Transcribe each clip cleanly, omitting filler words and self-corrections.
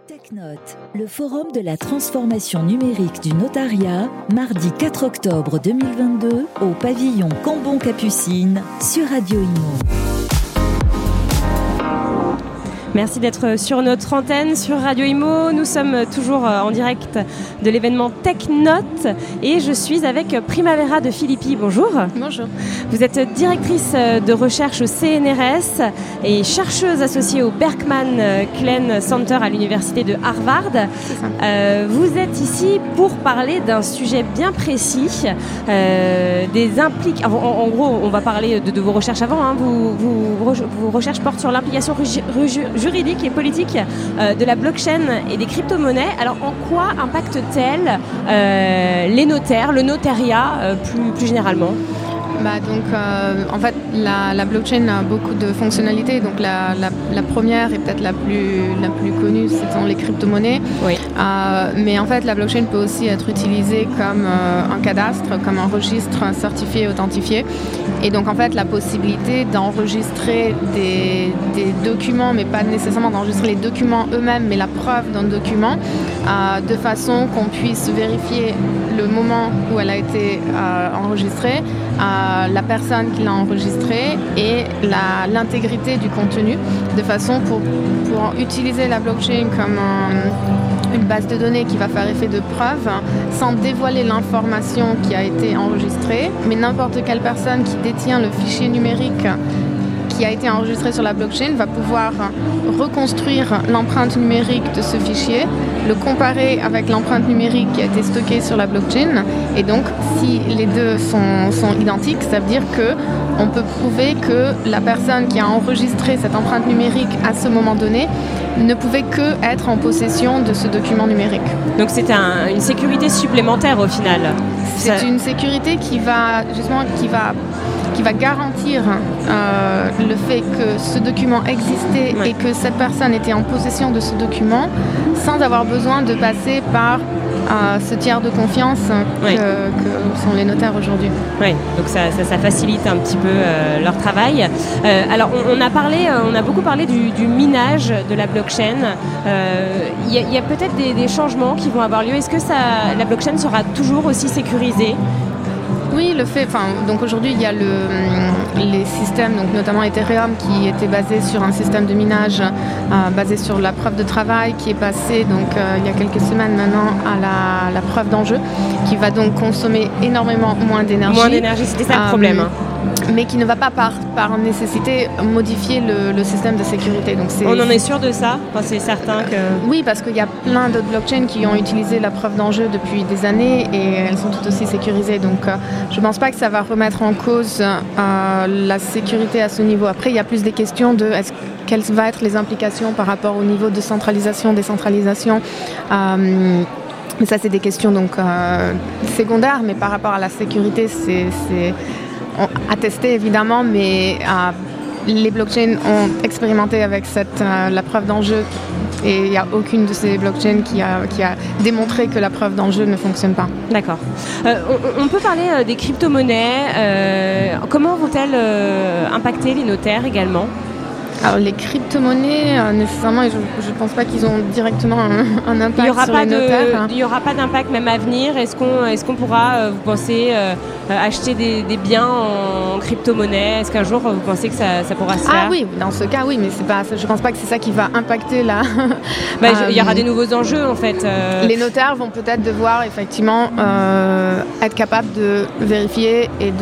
TechNote, le forum de la transformation numérique du notariat, mardi 4 octobre 2022 au pavillon Cambon-Capucine sur Radio Imo. Merci d'être sur notre antenne, sur Radio Imo. Nous sommes toujours en direct de l'événement TechNote et je suis avec Primavera de Filippi. Bonjour. Bonjour. Vous êtes directrice de recherche au CNRS et chercheuse associée au Berkman Klein Center à l'université de Harvard. C'est ça. Vous êtes ici pour parler d'un sujet bien précis, des implications. En gros, on va parler de vos recherches avant. Vos recherches portent sur l'implication juridique et politique de la blockchain et des crypto-monnaies. Alors, en quoi impacte-t-elle les notaires, le notariat plus généralement ? En fait, la blockchain a beaucoup de fonctionnalités. Donc, la première et peut-être la plus connue, ce sont les crypto-monnaies. Oui. Mais en fait, la blockchain peut aussi être utilisée comme un cadastre, comme un registre certifié et authentifié. Et donc, en fait, la possibilité d'enregistrer des documents, mais pas nécessairement d'enregistrer les documents eux-mêmes, mais la preuve d'un document, de façon qu'on puisse vérifier le moment où elle a été enregistrée, la personne qui l'a enregistrée et l'intégrité du contenu, de façon pour utiliser la blockchain comme une base de données qui va faire effet de preuve sans dévoiler l'information qui a été enregistrée, mais n'importe quelle personne qui détient le fichier numérique qui a été enregistré sur la blockchain va pouvoir reconstruire l'empreinte numérique de ce fichier, le comparer avec l'empreinte numérique qui a été stockée sur la blockchain. Et donc, si les deux sont identiques, ça veut dire qu'on peut prouver que la personne qui a enregistré cette empreinte numérique à ce moment donné ne pouvait que être en possession de ce document numérique. Donc c'est une sécurité supplémentaire au final. C'est une sécurité qui va garantir le fait que ce document existait et que cette personne était en possession de ce document sans avoir besoin de passer par ce tiers de confiance que sont les notaires aujourd'hui. Oui, donc ça facilite un petit peu leur travail. Alors on a beaucoup parlé du minage de la blockchain. Il y a peut-être des changements qui vont avoir lieu. Est-ce que la blockchain sera toujours aussi sécurisée ? Oui, donc aujourd'hui il y a les systèmes, donc notamment Ethereum, qui était basé sur un système de minage basé sur la preuve de travail, qui est passé il y a quelques semaines maintenant à la preuve d'enjeu, qui va donc consommer énormément moins d'énergie. Moins d'énergie, c'était ça le problème. Mais qui ne va pas par nécessité modifier le système de sécurité. Donc on en est sûr de ça ? C'est certain que... Oui, parce qu'il y a plein d'autres blockchains qui ont utilisé la preuve d'enjeu depuis des années et elles sont toutes aussi sécurisées. Donc je ne pense pas que ça va remettre en cause la sécurité à ce niveau. Après, il y a plus des questions de quelles vont être les implications par rapport au niveau de centralisation, décentralisation. Mais ça, c'est des questions secondaires, mais par rapport à la sécurité, c'est à tester évidemment, mais les blockchains ont expérimenté avec la preuve d'enjeu et il n'y a aucune de ces blockchains qui a démontré que la preuve d'enjeu ne fonctionne pas. D'accord. On peut parler des crypto-monnaies. Comment vont-elles impacter les notaires également ? Alors les crypto-monnaies, nécessairement, je ne pense pas qu'ils ont directement un impact sur les notaires. Il n'y aura pas d'impact même à venir. Est-ce qu'on pourra, vous pensez, acheter des biens en crypto-monnaie ? Est-ce qu'un jour, vous pensez que ça pourra se faire ? Ah oui, dans ce cas, oui, mais je ne pense pas que c'est ça qui va impacter la... Il y aura des nouveaux enjeux, en fait. Les notaires vont peut-être devoir, effectivement, être capables de vérifier et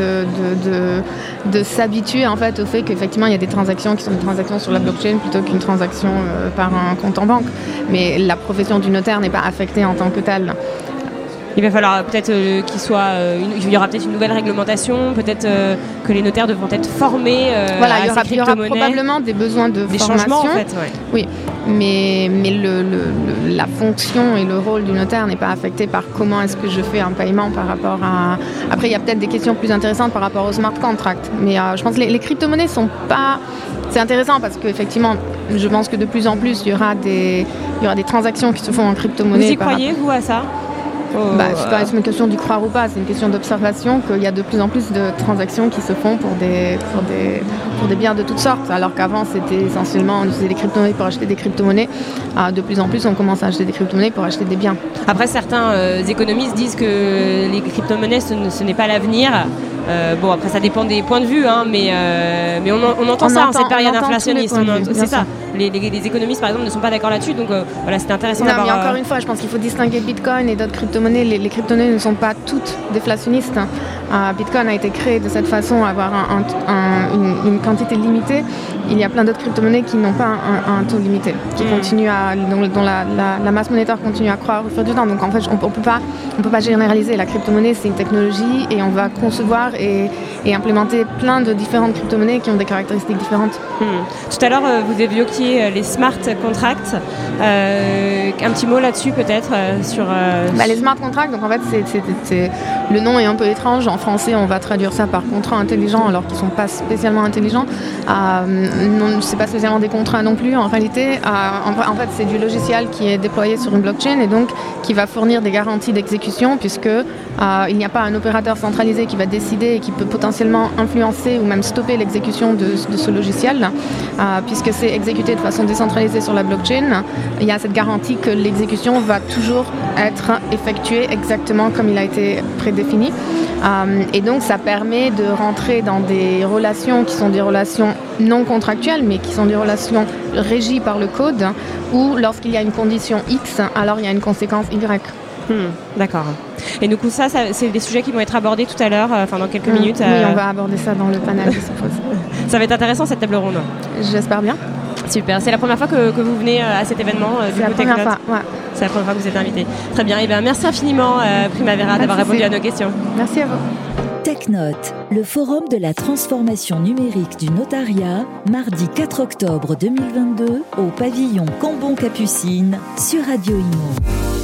de s'habituer, en fait, au fait qu'effectivement, il y a des transactions qui sont des transactions sur la blockchain plutôt qu'une transaction par un compte en banque. Mais la profession du notaire n'est pas affectée en tant que telle. Il va falloir peut-être il y aura peut-être une nouvelle réglementation, peut-être que les notaires devront être formés il y aura probablement des besoins de formation. Changements, en fait, ouais. Oui, mais la fonction et le rôle du notaire n'est pas affecté par comment est-ce que je fais un paiement par rapport à... Après, il y a peut-être des questions plus intéressantes par rapport au smart contract. Mais je pense que les crypto-monnaies sont pas... C'est intéressant parce qu'effectivement, je pense que de plus en plus, il y aura des transactions qui se font en crypto-monnaie. Vous y croyez, vous, à ça ? C'est pas une question d'y croire ou pas, c'est une question d'observation qu'il y a de plus en plus de transactions qui se font pour des biens de toutes sortes, alors qu'avant c'était essentiellement on utilisait des crypto-monnaies pour acheter des crypto-monnaies. De plus en plus on commence à acheter des crypto-monnaies pour acheter des biens. Après certains économistes disent que les crypto-monnaies ce n'est pas l'avenir. Après ça dépend des points de vue, mais on entend ça en cette période inflationniste. C'est ça. Les économistes par exemple ne sont pas d'accord là-dessus, donc c'était intéressant d'avoir... Mais encore une fois, je pense qu'il faut distinguer Bitcoin et d'autres crypto-monnaies. Les crypto-monnaies ne sont pas toutes déflationnistes. Bitcoin a été créé de cette façon, avoir une quantité limitée. Il y a plein d'autres crypto-monnaies qui n'ont pas un taux limité, qui continuent dont la masse monétaire continue à croître au fil du temps. Donc en fait, on peut pas généraliser. La crypto-monnaie, c'est une technologie et on va concevoir et implémenter plein de différentes crypto-monnaies qui ont des caractéristiques différentes. Tout à l'heure, vous évoquiez les smart contracts. Un petit mot là-dessus peut-être sur... Les smart contracts, donc en fait, le nom est un peu étrange. En français, on va traduire ça par contrats intelligents alors qu'ils ne sont pas spécialement intelligents. Ce n'est pas spécialement des contrats non plus. En réalité, en fait, c'est du logiciel qui est déployé sur une blockchain et donc qui va fournir des garanties d'exécution puisque il n'y a pas un opérateur centralisé qui va décider et qui peut potentiellement influencer ou même stopper l'exécution de ce logiciel. Puisque c'est exécuté de façon décentralisée sur la blockchain, il y a cette garantie que l'exécution va toujours être effectuée exactement comme il a été prédéfini. Et donc ça permet de rentrer dans des relations qui sont des relations non contractuelles, mais qui sont des relations régies par le code, où lorsqu'il y a une condition X, alors il y a une conséquence Y. D'accord. Et du coup, ça, c'est des sujets qui vont être abordés tout à l'heure, dans quelques minutes. Oui, on va aborder ça dans le panel, je suppose. Ça va être intéressant cette table ronde. J'espère bien. Super. C'est la première fois que vous venez à cet événement. C'est la première fois, ouais. C'est la première fois que vous êtes invité. Très bien. Merci infiniment, Primavera, d'avoir répondu à nos questions. Merci à vous. TechNote, le forum de la transformation numérique du notariat, mardi 4 octobre 2022 au pavillon Cambon-Capucines sur Radio Imo.